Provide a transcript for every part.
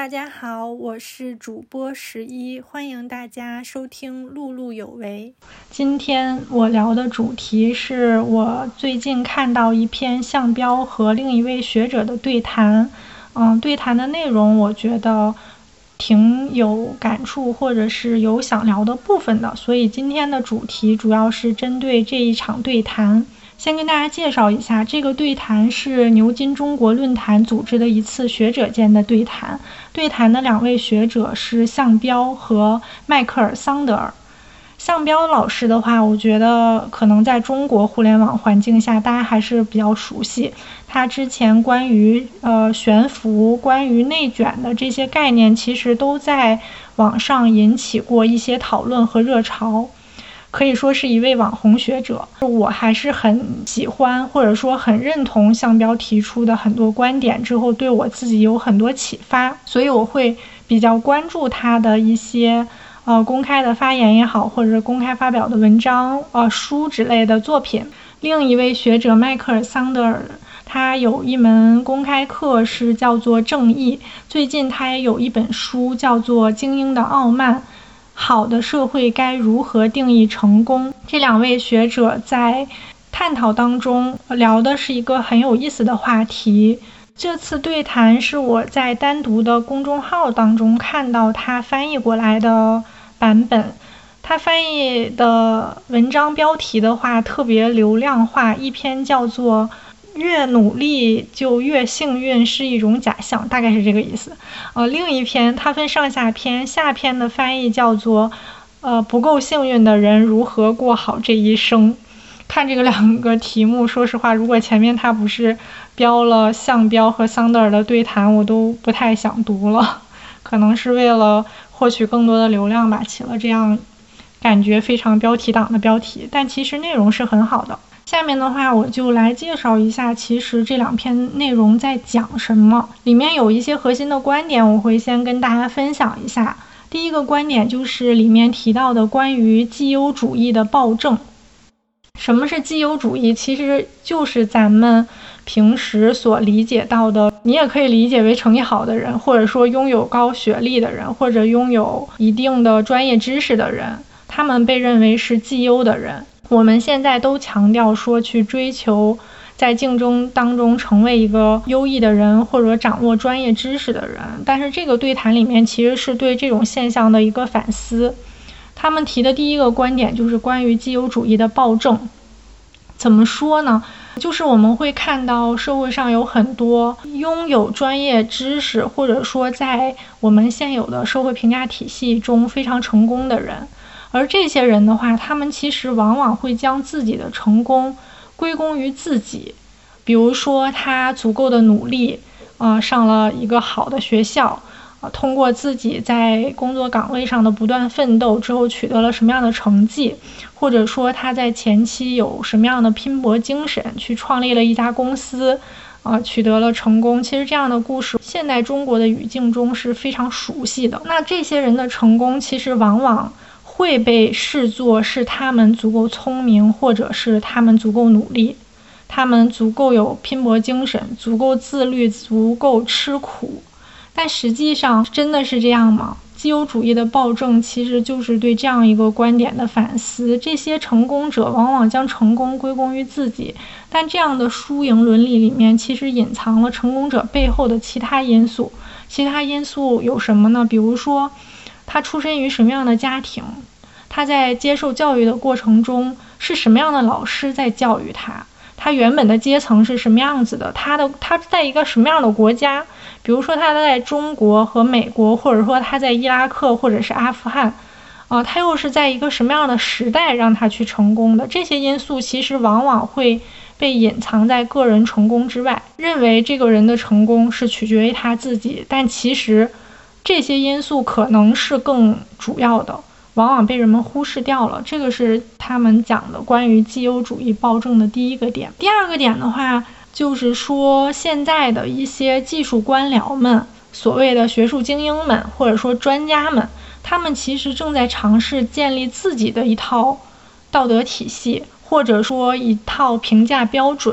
大家好，我是主播11，欢迎大家收听碌碌有为。今天我聊的主题是我最近看到一篇项彪和另一位学者的对谈。对谈的内容我觉得挺有感触，或者是有想聊的部分的，所以今天的主题主要是针对这一场对谈。先跟大家介绍一下，这个对谈是牛津中国论坛组织的一次学者间的对谈。对谈的两位学者是项彪和迈克尔·桑德尔。项彪老师的话，我觉得可能在中国互联网环境下大家还是比较熟悉。他之前关于悬浮、关于内卷的这些概念，其实都在网上引起过一些讨论和热潮，可以说是一位网红学者。我还是很喜欢或者说很认同项彪提出的很多观点，之后对我自己有很多启发，所以我会比较关注他的一些公开的发言也好，或者是公开发表的文章、书之类的作品。另一位学者迈克尔·桑德尔，他有一门公开课是叫做正义，最近他也有一本书叫做《精英的傲慢》，好的社会该如何定义成功。这两位学者在探讨当中聊的是一个很有意思的话题。这次对谈是我在单独的公众号当中看到他翻译过来的版本，他翻译的文章标题的话特别流量化，一篇叫做越努力就越幸运是一种假象，大概是这个意思。另一篇它分上下篇，下篇的翻译叫做不够幸运的人如何过好这一生。看这个两个题目，说实话，如果前面他不是标了项彪和桑德尔的对谈，我都不太想读了，可能是为了获取更多的流量吧，起了这样感觉非常标题党的标题，但其实内容是很好的。下面的话我就来介绍一下其实这两篇内容在讲什么，里面有一些核心的观点我会先跟大家分享一下。第一个观点就是里面提到的关于绩优主义的暴政。什么是绩优主义？其实就是咱们平时所理解到的，你也可以理解为成绩好的人，或者说拥有高学历的人，或者拥有一定的专业知识的人，他们被认为是绩优的人。我们现在都强调说去追求在竞争当中成为一个优异的人，或者掌握专业知识的人，但是这个对谈里面其实是对这种现象的一个反思。他们提的第一个观点就是关于绩优主义的暴政。怎么说呢？就是我们会看到社会上有很多拥有专业知识，或者说在我们现有的社会评价体系中非常成功的人，而这些人的话，他们其实往往会将自己的成功归功于自己。比如说他足够的努力，上了一个好的学校，通过自己在工作岗位上的不断奋斗之后取得了什么样的成绩，或者说他在前期有什么样的拼搏精神，去创立了一家公司，取得了成功。其实这样的故事现代中国的语境中是非常熟悉的。那这些人的成功其实往往会被视作是他们足够聪明，或者是他们足够努力，他们足够有拼搏精神，足够自律，足够吃苦。但实际上真的是这样吗？绩优主义的暴政其实就是对这样一个观点的反思。这些成功者往往将成功归功于自己，但这样的输赢伦理里面其实隐藏了成功者背后的其他因素。其他因素有什么呢？比如说他出身于什么样的家庭，他在接受教育的过程中是什么样的老师在教育他，他原本的阶层是什么样子的，他在一个什么样的国家，比如说他在中国和美国，或者说他在伊拉克或者是阿富汗，他又是在一个什么样的时代让他去成功的。这些因素其实往往会被隐藏在个人成功之外，认为这个人的成功是取决于他自己，但其实这些因素可能是更主要的，往往被人们忽视掉了。这个是他们讲的关于绩优主义暴政的第一个点。第二个点的话，就是说现在的一些技术官僚们，所谓的学术精英们，或者说专家们，他们其实正在尝试建立自己的一套道德体系，或者说一套评价标准。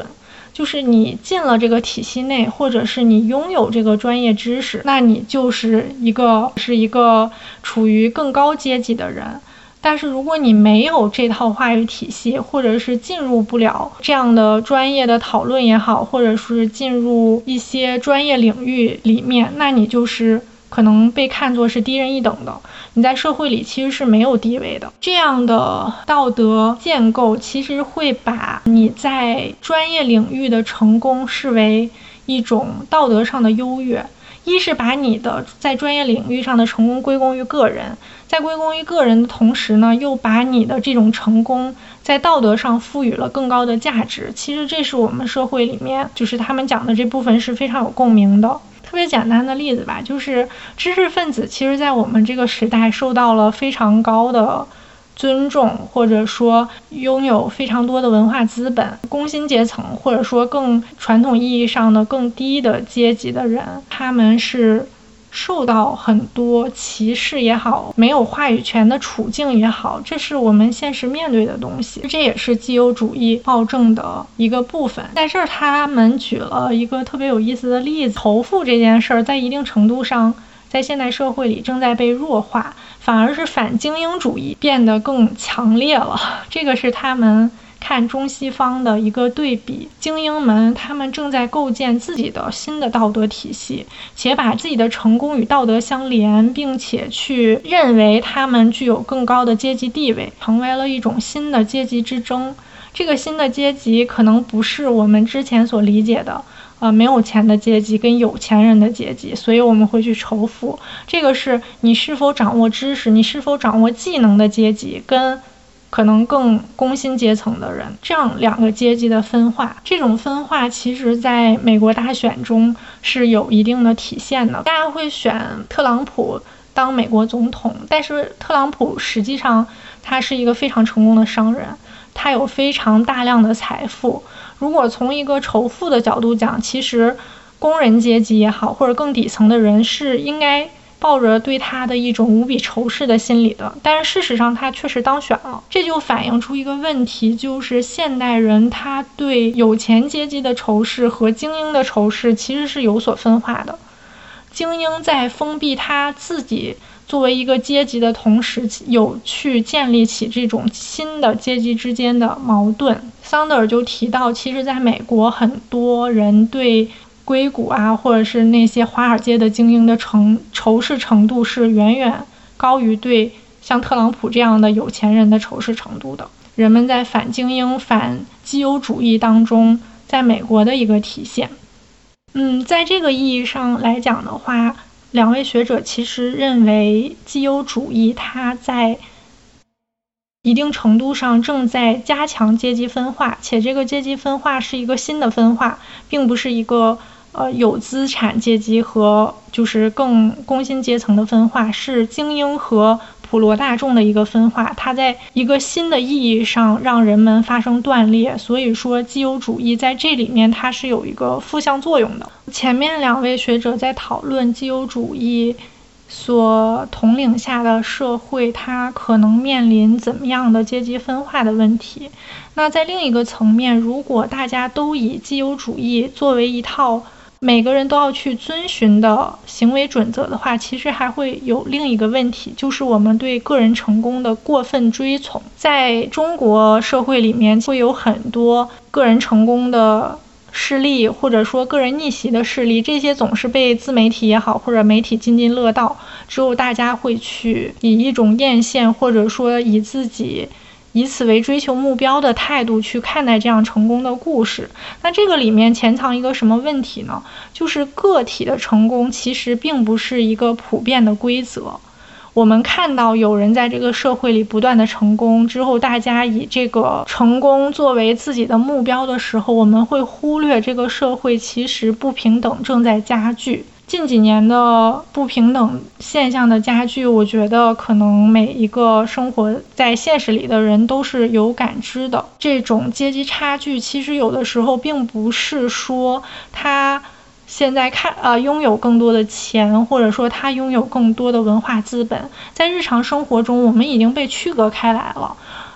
就是你进了这个体系内，或者是你拥有这个专业知识，那你就是一个处于更高阶级的人。但是如果你没有这套话语体系，或者是进入不了这样的专业的讨论也好，或者是进入一些专业领域里面，那你就是可能被看作是低人一等的，你在社会里其实是没有地位的。这样的道德建构其实会把你在专业领域的成功视为一种道德上的优越，一是把你的在专业领域上的成功归功于个人，在归功于个人的同时呢，又把你的这种成功在道德上赋予了更高的价值。其实这是我们社会里面就是他们讲的这部分是非常有共鸣的。特别简单的例子吧，就是知识分子其实在我们这个时代受到了非常高的尊重，或者说拥有非常多的文化资本。工薪阶层或者说更传统意义上的更低的阶级的人，他们是受到很多歧视也好，没有话语权的处境也好，这是我们现实面对的东西，这也是自由主义暴政的一个部分。在这儿他们举了一个特别有意思的例子，仇富这件事儿在一定程度上在现代社会里正在被弱化，反而是反精英主义变得更强烈了。这个是他们看中西方的一个对比，精英们他们正在构建自己的新的道德体系，且把自己的成功与道德相连，并且去认为他们具有更高的阶级地位，成为了一种新的阶级之争。这个新的阶级可能不是我们之前所理解的没有钱的阶级跟有钱人的阶级，所以我们会去仇富。这个是你是否掌握知识，你是否掌握技能的阶级，跟可能更工薪阶层的人，这样两个阶级的分化。这种分化其实在美国大选中是有一定的体现的。大家会选特朗普当美国总统，但是特朗普实际上他是一个非常成功的商人，他有非常大量的财富。如果从一个仇富的角度讲，其实工人阶级也好，或者更底层的人是应该抱着对他的一种无比仇视的心理的，但是事实上他确实当选了。这就反映出一个问题，就是现代人他对有钱阶级的仇视和精英的仇视其实是有所分化的。精英在封闭他自己作为一个阶级的同时，有去建立起这种新的阶级之间的矛盾。桑德尔就提到，其实在美国很多人对硅谷啊，或者是那些华尔街的精英的仇视程度是远远高于对像特朗普这样的有钱人的仇视程度的。人们在反精英、反基优主义当中，在美国的一个体现。在这个意义上来讲的话，两位学者其实认为基优主义它在一定程度上正在加强阶级分化，且这个阶级分化是一个新的分化，并不是一个有资产阶级和就是更工薪阶层的分化，是精英和普罗大众的一个分化，它在一个新的意义上让人们发生断裂。所以说基优主义在这里面它是有一个负向作用的。前面两位学者在讨论基优主义所统领下的社会它可能面临怎么样的阶级分化的问题。那在另一个层面，如果大家都以基优主义作为一套每个人都要去遵循的行为准则的话，其实还会有另一个问题，就是我们对个人成功的过分追从。在中国社会里面会有很多个人成功的事例，或者说个人逆袭的事例，这些总是被自媒体也好，或者媒体津津乐道，只有大家会去以一种艳羡，或者说以自己以此为追求目标的态度去看待这样成功的故事。那这个里面潜藏一个什么问题呢？就是个体的成功其实并不是一个普遍的规则。我们看到有人在这个社会里不断的成功之后，大家以这个成功作为自己的目标的时候，我们会忽略这个社会其实不平等正在加剧。近几年的不平等现象的加剧，我觉得可能每一个生活在现实里的人都是有感知的。这种阶级差距其实有的时候并不是说他现在拥有更多的钱，或者说他拥有更多的文化资本，在日常生活中我们已经被区隔开来了。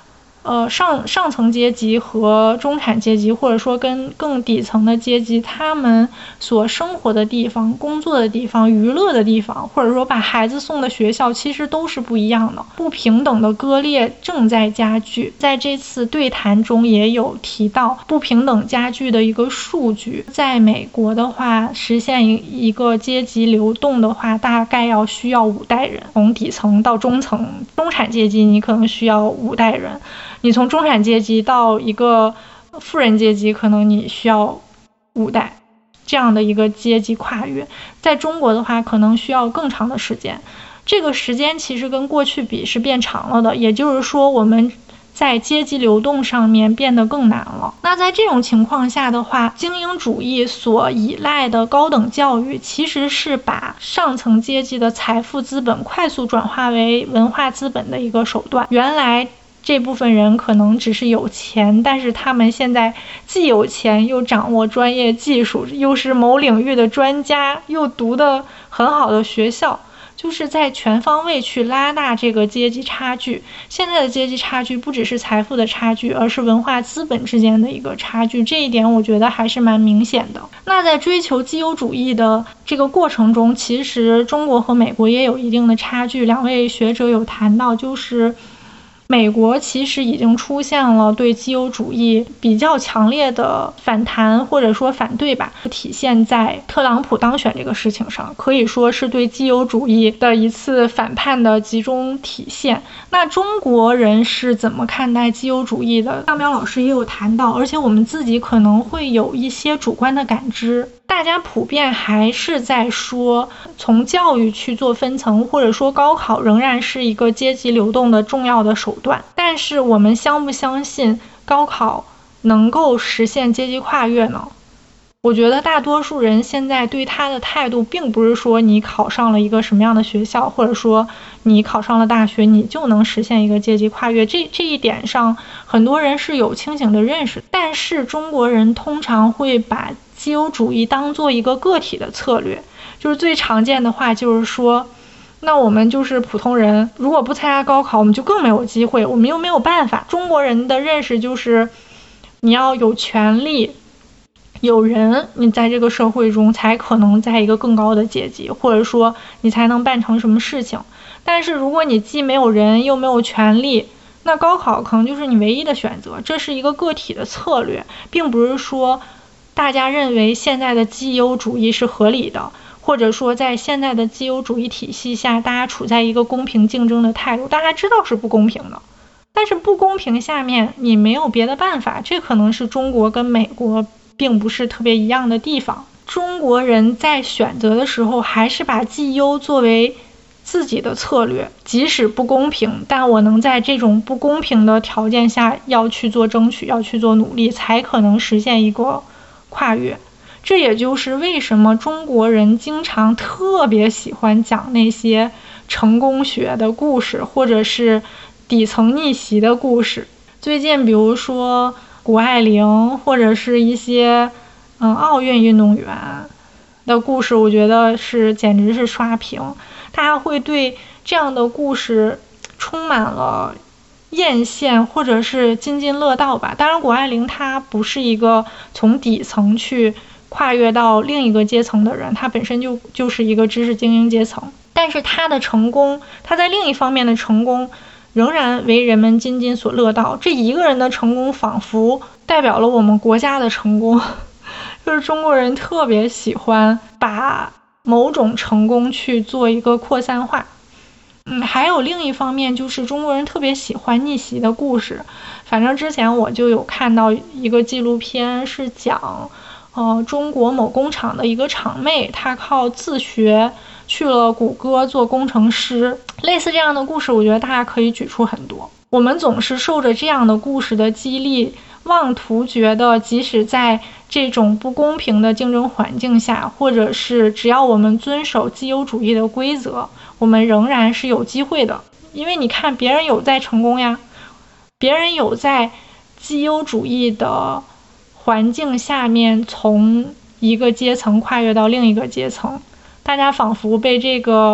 上层阶级和中产阶级，或者说跟更底层的阶级，他们所生活的地方、工作的地方、娱乐的地方，或者说把孩子送的学校，其实都是不一样的。不平等的割裂正在加剧。在这次对谈中也有提到不平等加剧的一个数据，在美国的话，实现一个阶级流动的话，大概需要5代人，从底层到中层，中产阶级你可能需要5代人，你从中产阶级到一个富人阶级，可能你需要5代，这样的一个阶级跨越。在中国的话，可能需要更长的时间。这个时间其实跟过去比是变长了的，也就是说我们在阶级流动上面变得更难了。那在这种情况下的话，精英主义所依赖的高等教育其实是把上层阶级的财富资本快速转化为文化资本的一个手段。原来这部分人可能只是有钱，但是他们现在既有钱，又掌握专业技术，又是某领域的专家，又读得很好的学校，就是在全方位去拉大这个阶级差距。现在的阶级差距不只是财富的差距，而是文化资本之间的一个差距，这一点我觉得还是蛮明显的。那在追求自由主义的这个过程中，其实中国和美国也有一定的差距。2位学者有谈到，就是美国其实已经出现了对自由主义比较强烈的反弹或者说反对吧，体现在特朗普当选这个事情上，可以说是对自由主义的一次反叛的集中体现。那中国人是怎么看待自由主义的？向彪老师也有谈到，而且我们自己可能会有一些主观的感知。大家普遍还是在说从教育去做分层，或者说高考仍然是一个阶级流动的重要的手段。但是我们相不相信高考能够实现阶级跨越呢？我觉得大多数人现在对他的态度并不是说你考上了一个什么样的学校，或者说你考上了大学你就能实现一个阶级跨越，这一点上很多人是有清醒的认识。但是中国人通常会把自由主义当做一个个体的策略，就是最常见的话就是说，那我们就是普通人，如果不参加高考我们就更没有机会，我们又没有办法。中国人的认识就是你要有权利有人，你在这个社会中才可能在一个更高的阶级，或者说你才能办成什么事情。但是如果你既没有人又没有权利，那高考可能就是你唯一的选择。这是一个个体的策略，并不是说大家认为现在的自由主义是合理的，或者说在现在的自由主义体系下大家处在一个公平竞争的态度。大家知道是不公平的，但是不公平下面你没有别的办法。这可能是中国跟美国并不是特别一样的地方。中国人在选择的时候还是把绩优作为自己的策略，即使不公平，但我能在这种不公平的条件下要去做争取，要去做努力，才可能实现一个跨越。这也就是为什么中国人经常特别喜欢讲那些成功学的故事，或者是底层逆袭的故事。最近比如说谷爱凌，或者是一些奥运运动员的故事，我觉得是简直是刷屏。大家会对这样的故事充满了艳羡，或者是津津乐道吧。当然谷爱凌她不是一个从底层去跨越到另一个阶层的人，她本身就是一个知识精英阶层，但是她的成功，她在另一方面的成功仍然为人们津津所乐道。这一个人的成功仿佛代表了我们国家的成功，就是中国人特别喜欢把某种成功去做一个扩散化。还有另一方面就是中国人特别喜欢逆袭的故事。反正之前我就有看到一个纪录片，是讲中国某工厂的一个厂妹，她靠自学去了谷歌做工程师。类似这样的故事我觉得大家可以举出很多。我们总是受着这样的故事的激励，妄图觉得即使在这种不公平的竞争环境下，或者是只要我们遵守自由主义的规则，我们仍然是有机会的。因为你看别人有在成功呀，别人有在自由主义的环境下面从一个阶层跨越到另一个阶层。大家仿佛被这个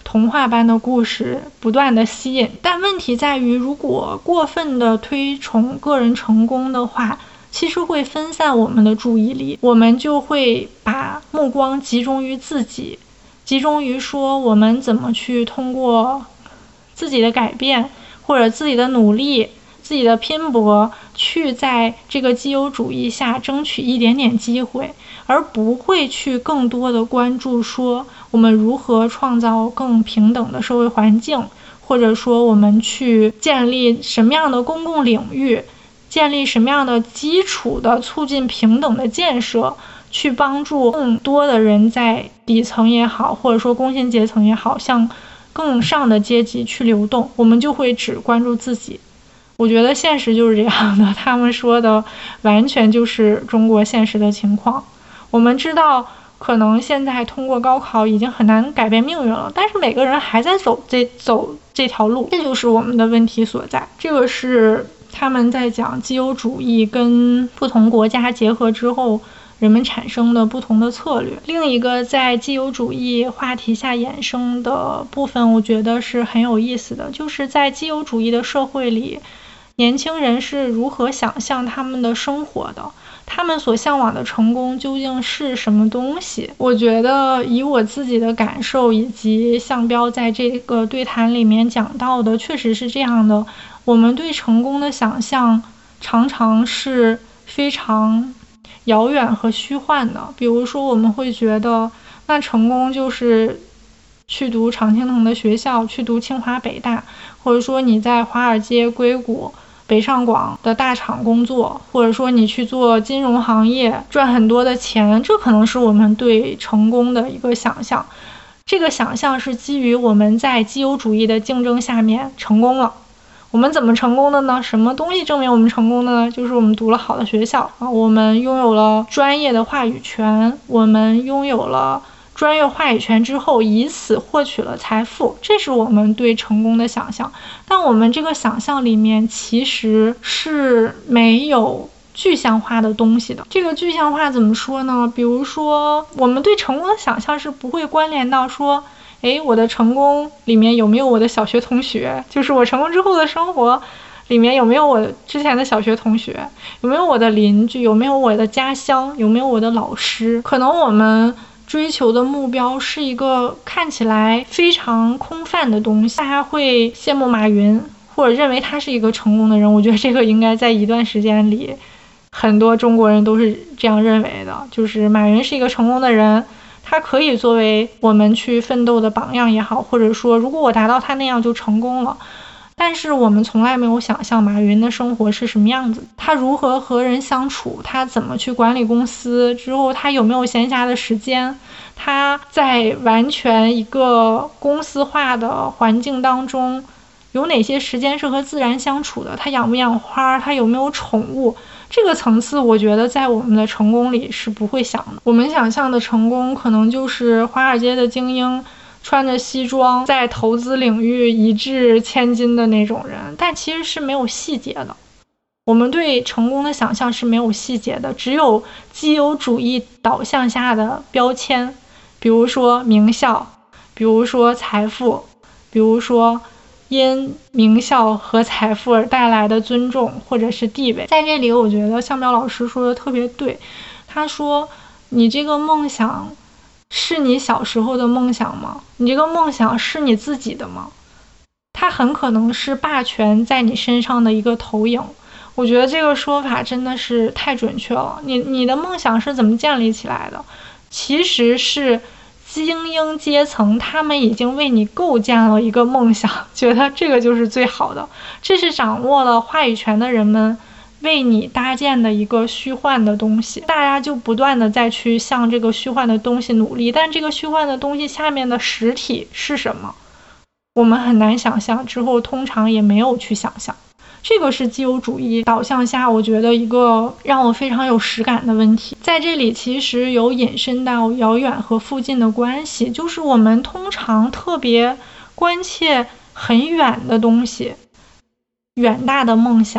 童话般的故事不断的吸引。但问题在于，如果过分的推崇个人成功的话，其实会分散我们的注意力，我们就会把目光集中于自己，集中于说我们怎么去通过自己的改变或者自己的努力自己的拼搏去在这个既有主义下争取一点点机会，而不会去更多的关注说我们如何创造更平等的社会环境，或者说我们去建立什么样的公共领域，建立什么样的基础的促进平等的建设，去帮助更多的人在底层也好，或者说工薪阶层也好，向更上的阶级去流动，我们就会只关注自己。我觉得现实就是这样的，他们说的完全就是中国现实的情况。我们知道可能现在通过高考已经很难改变命运了，但是每个人还在走这条路，这就是我们的问题所在。这个是他们在讲既有主义跟不同国家结合之后人们产生的不同的策略。另一个在既有主义话题下衍生的部分，我觉得是很有意思的，就是在既有主义的社会里，年轻人是如何想象他们的生活的，他们所向往的成功究竟是什么东西。我觉得以我自己的感受以及向标在这个对谈里面讲到的确实是这样的，我们对成功的想象常常是非常遥远和虚幻的。比如说我们会觉得那成功就是去读常青藤的学校，去读清华北大，或者说你在华尔街硅谷北上广的大厂工作，或者说你去做金融行业赚很多的钱，这可能是我们对成功的一个想象。这个想象是基于我们在既有主义的竞争下面成功了。我们怎么成功的呢？什么东西证明我们成功的呢？就是我们读了好的学校，我们拥有了专业的话语权，我们拥有了专业话语权之后以此获取了财富，这是我们对成功的想象。但我们这个想象里面其实是没有具象化的东西的。这个具象化怎么说呢？比如说我们对成功的想象是不会关联到说我的成功里面有没有我的小学同学，就是我成功之后的生活里面有没有我之前的小学同学，有没有我的邻居，有没有我的家乡，有没有我的老师。可能我们追求的目标是一个看起来非常空泛的东西，大家会羡慕马云，或者认为他是一个成功的人。我觉得这个应该在一段时间里很多中国人都是这样认为的，就是马云是一个成功的人，他可以作为我们去奋斗的榜样也好，或者说如果我达到他那样就成功了。但是我们从来没有想象马云的生活是什么样子，他如何和人相处，他怎么去管理公司，之后他有没有闲暇的时间，他在完全一个公司化的环境当中有哪些时间是和自然相处的，他养不养花，他有没有宠物。这个层次我觉得在我们的成功里是不会想的。我们想象的成功可能就是华尔街的精英穿着西装在投资领域一掷千金的那种人，但其实是没有细节的。我们对成功的想象是没有细节的，只有既有主义导向下的标签，比如说名校，比如说财富，比如说因名校和财富而带来的尊重或者是地位。在这里我觉得向彪老师说的特别对，他说你这个梦想是你小时候的梦想吗？你这个梦想是你自己的吗？它很可能是霸权在你身上的一个投影。我觉得这个说法真的是太准确了。你的梦想是怎么建立起来的？其实是精英阶层他们已经为你构建了一个梦想，觉得这个就是最好的，这是掌握了话语权的人们为你搭建的一个虚幻的东西，大家就不断的再去向这个虚幻的东西努力，但这个虚幻的东西下面的实体是什么，我们很难想象，之后通常也没有去想象。这个是既有主义导向下我觉得一个让我非常有实感的问题。在这里其实有引申到遥远和附近的关系，就是我们通常特别关切很远的东西，远大的梦想，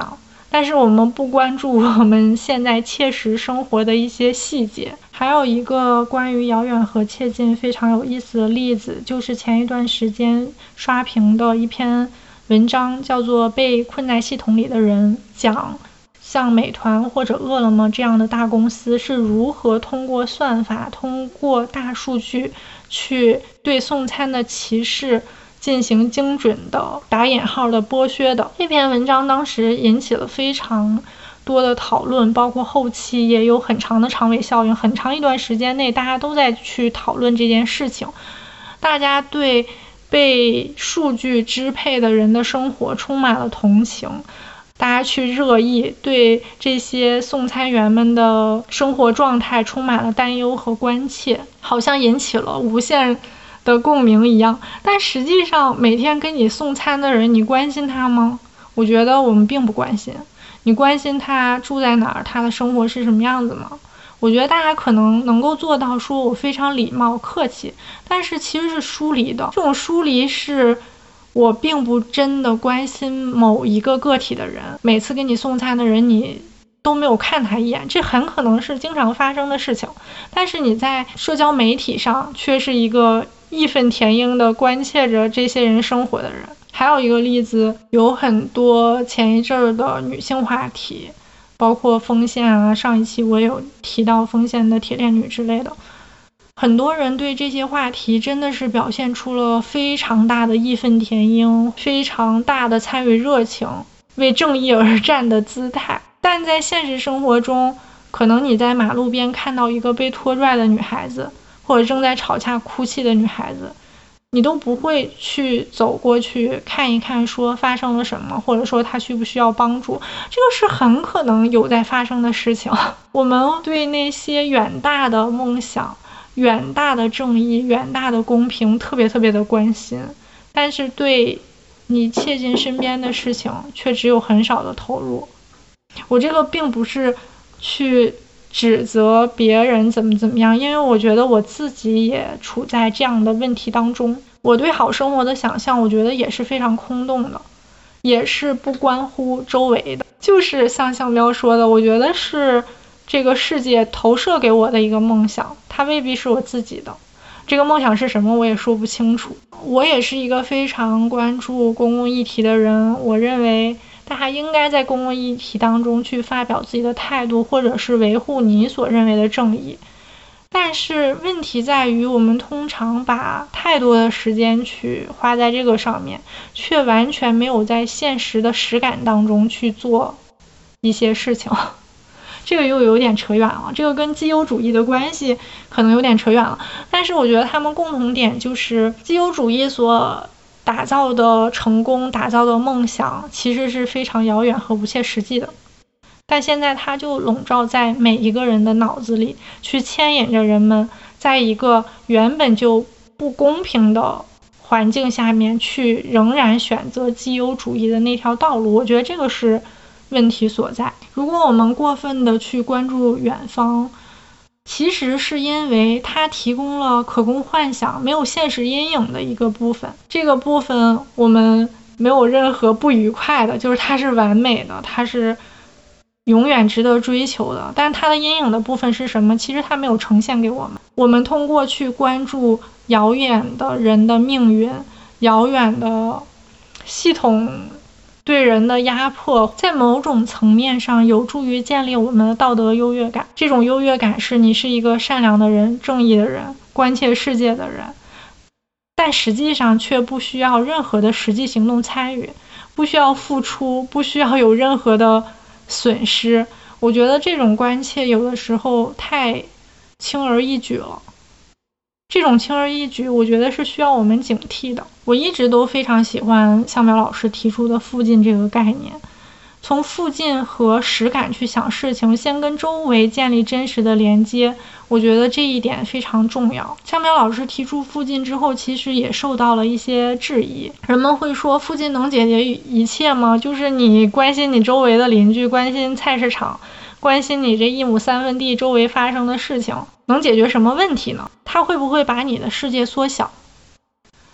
但是我们不关注我们现在切实生活的一些细节。还有一个关于遥远和切近非常有意思的例子，就是前一段时间刷屏的一篇文章，叫做《被困在系统里的人》，讲像美团或者饿了么这样的大公司是如何通过算法、通过大数据去对送餐的歧视进行精准的打引号的剥削的。这篇文章当时引起了非常多的讨论，包括后期也有很长的长尾效应，很长一段时间内大家都在去讨论这件事情。大家对被数据支配的人的生活充满了同情，大家去热议，对这些送餐员们的生活状态充满了担忧和关切，好像引起了无限的共鸣一样。但实际上每天给你送餐的人，你关心他吗？我觉得我们并不关心。你关心他住在哪儿，他的生活是什么样子吗？我觉得大家可能够做到说我非常礼貌客气，但是其实是疏离的。这种疏离是我并不真的关心某一个个体的人，每次给你送餐的人你都没有看他一眼，这很可能是经常发生的事情。但是你在社交媒体上却是一个义愤填膺的关切着这些人生活的人。还有一个例子，有很多前一阵儿的女性话题，包括丰县啊，上一期我有提到丰县的铁链女之类的，很多人对这些话题真的是表现出了非常大的义愤填膺，非常大的参与热情，为正义而战的姿态。但在现实生活中，可能你在马路边看到一个被拖拽的女孩子，或者正在吵架哭泣的女孩子，你都不会去走过去看一看说发生了什么，或者说她需不需要帮助，这个是很可能有在发生的事情。我们对那些远大的梦想、远大的正义、远大的公平特别的关心，但是对你切近身边的事情却只有很少的投入。我这个并不是去指责别人怎么样，因为我觉得我自己也处在这样的问题当中。我对好生活的想象，我觉得也是非常空洞的，也是不关乎周围的。就是像向彪说的，我觉得是这个世界投射给我的一个梦想，它未必是我自己的。这个梦想是什么我也说不清楚。我也是一个非常关注公共议题的人，我认为大家应该在公共议题当中去发表自己的态度，或者是维护你所认为的正义。但是问题在于，我们通常把太多的时间去花在这个上面，却完全没有在现实的实感当中去做一些事情。这个又有点扯远了，这个跟绩优主义的关系可能有点扯远了，但是我觉得他们共同点就是绩优主义所打造的成功、打造的梦想其实是非常遥远和不切实际的，但现在它就笼罩在每一个人的脑子里，去牵引着人们在一个原本就不公平的环境下面去仍然选择绩优主义的那条道路。我觉得这个是问题所在。如果我们过分的去关注远方，其实是因为它提供了可供幻想、没有现实阴影的一个部分。这个部分我们没有任何不愉快的，就是它是完美的，它是永远值得追求的。但它的阴影的部分是什么？其实它没有呈现给我们。我们通过去关注遥远的人的命运、遥远的系统对人的压迫，在某种层面上有助于建立我们的道德优越感。这种优越感是你是一个善良的人、正义的人、关切世界的人，但实际上却不需要任何的实际行动参与，不需要付出，不需要有任何的损失。我觉得这种关切有的时候太轻而易举了，这种轻而易举我觉得是需要我们警惕的。我一直都非常喜欢向淼老师提出的附近这个概念，从附近和实感去想事情，先跟周围建立真实的连接，我觉得这一点非常重要。向淼老师提出附近之后，其实也受到了一些质疑。人们会说附近能解决一切吗？就是你关心你周围的邻居，关心菜市场，关心你这1亩3分地周围发生的事情，能解决什么问题呢？它会不会把你的世界缩小？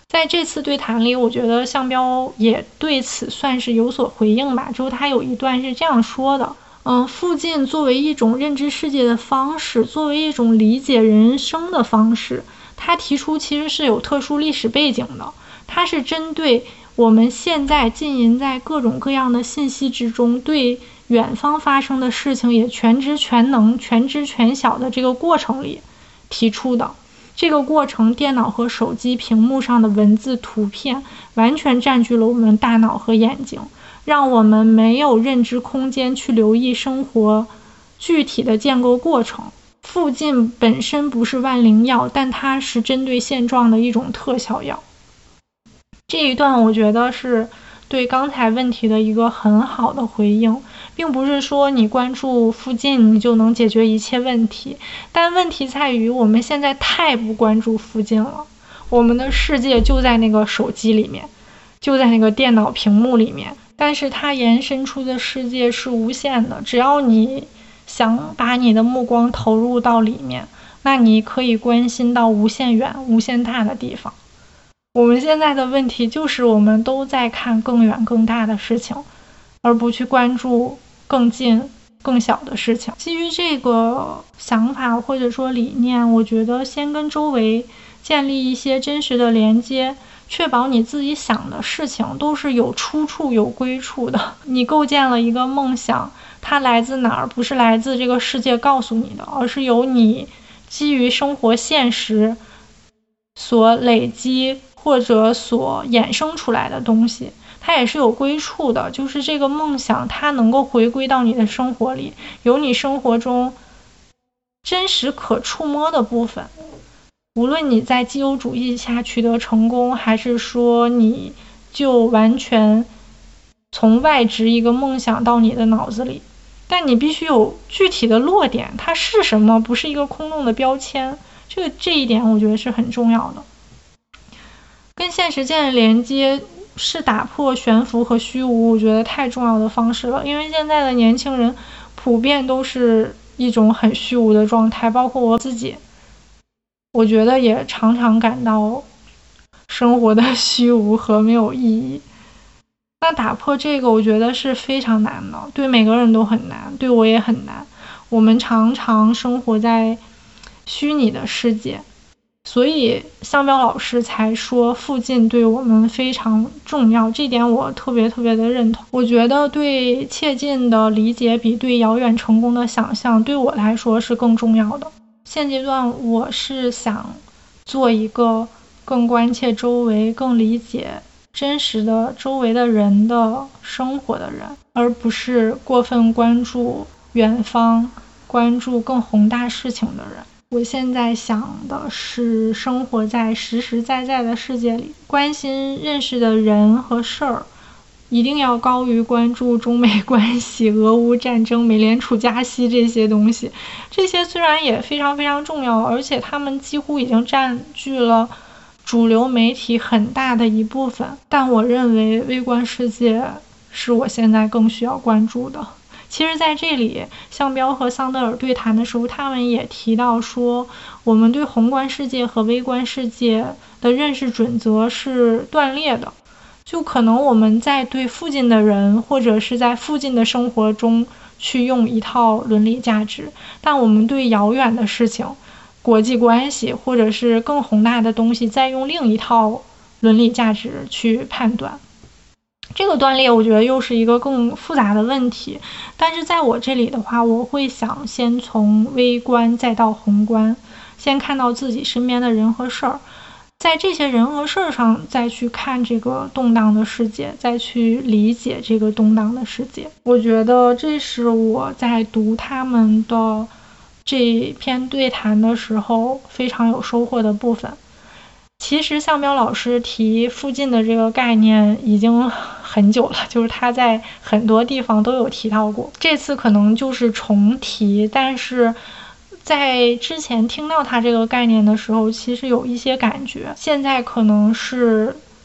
在这次对谈里，我觉得项彪也对此算是有所回应吧。就是他有一段是这样说的，附近作为一种认知世界的方式，作为一种理解人生的方式，他提出其实是有特殊历史背景的。他是针对我们现在浸淫在各种各样的信息之中，对远方发生的事情也全知全能、全知全晓的这个过程里提出的。这个过程，电脑和手机屏幕上的文字、图片完全占据了我们大脑和眼睛，让我们没有认知空间去留意生活具体的建构过程。附近本身不是万灵药，但它是针对现状的一种特效药。这一段我觉得是对刚才问题的一个很好的回应，并不是说你关注附近你就能解决一切问题，但问题在于我们现在太不关注附近了，我们的世界就在那个手机里面，就在那个电脑屏幕里面，但是它延伸出的世界是无限的，只要你想把你的目光投入到里面，那你可以关心到无限远、无限大的地方。我们现在的问题就是我们都在看更远更大的事情，而不去关注更近更小的事情。基于这个想法或者说理念，我觉得先跟周围建立一些真实的连接，确保你自己想的事情都是有出处有归处的。你构建了一个梦想，它来自哪儿？不是来自这个世界告诉你的，而是由你基于生活现实所累积或者所衍生出来的东西，它也是有归处的。就是这个梦想它能够回归到你的生活里，有你生活中真实可触摸的部分。无论你在自由主义下取得成功，还是说你就完全从外植一个梦想到你的脑子里，但你必须有具体的落点，它是什么，不是一个空洞的标签。这一点我觉得是很重要的。跟现实建立连接是打破悬浮和虚无，我觉得太重要的方式了。因为现在的年轻人普遍都是一种很虚无的状态，包括我自己，我觉得也常常感到生活的虚无和没有意义。那打破这个我觉得是非常难的，对每个人都很难，对我也很难。我们常常生活在虚拟的世界，所以项彪老师才说附近对我们非常重要，这点我特别的认同。我觉得对切近的理解比对遥远成功的想象对我来说是更重要的。现阶段我是想做一个更关切周围、更理解真实的周围的人的生活的人，而不是过分关注远方、关注更宏大事情的人。我现在想的是生活在实实在在的世界里，关心认识的人和事儿一定要高于关注中美关系、俄乌战争、美联储加息这些东西。这些虽然也非常重要，而且他们几乎已经占据了主流媒体很大的一部分，但我认为微观世界是我现在更需要关注的。其实在这里项彪和桑德尔对谈的时候，他们也提到说，我们对宏观世界和微观世界的认识准则是断裂的，就可能我们在对附近的人或者是在附近的生活中去用一套伦理价值，但我们对遥远的事情、国际关系或者是更宏大的东西再用另一套伦理价值去判断。这个断裂我觉得又是一个更复杂的问题，但是在我这里的话，我会想先从微观再到宏观，先看到自己身边的人和事儿，在这些人和事儿上再去看这个动荡的世界，再去理解这个动荡的世界。我觉得这是我在读他们的这篇对谈的时候非常有收获的部分。其实项彪老师提附近的这个概念已经很久了，就是他在很多地方都有提到过，这次可能就是重提，但是在之前听到他这个概念的时候其实有一些感觉，现在可能是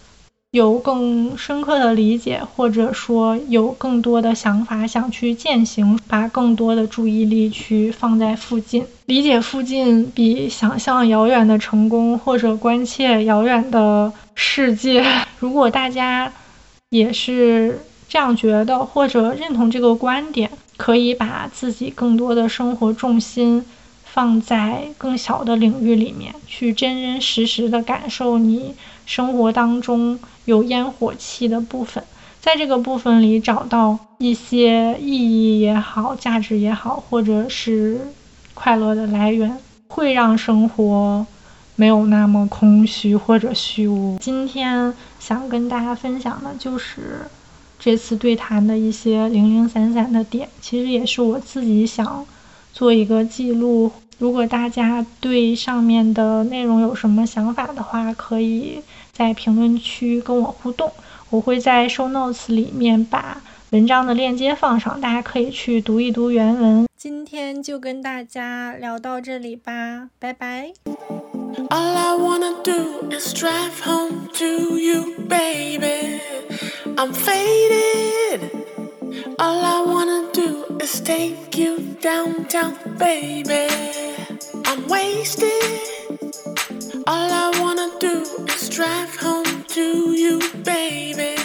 有更深刻的理解，或者说有更多的想法想去践行，把更多的注意力去放在附近。理解附近比想象遥远的成功，或者关切遥远的世界。如果大家也是这样觉得，或者认同这个观点，可以把自己更多的生活重心放在更小的领域里面，去真真实实的感受你生活当中有烟火气的部分，在这个部分里找到一些意义也好，价值也好，或者是快乐的来源，会让生活没有那么空虚或者虚无。今天想跟大家分享的就是这次对谈的一些零零散散的点，其实也是我自己想做一个记录。如果大家对上面的内容有什么想法的话，可以在评论区跟我互动，我会在 show notes 里面把文章的链接放上，大家可以去读一读原文。今天就跟大家聊到这里吧，拜拜。 All I wanna do is drive home to you, baby. I'm faded. All I wanna do is take you downtown, baby. I'm wasted. All I wanna do is drive home to you, baby.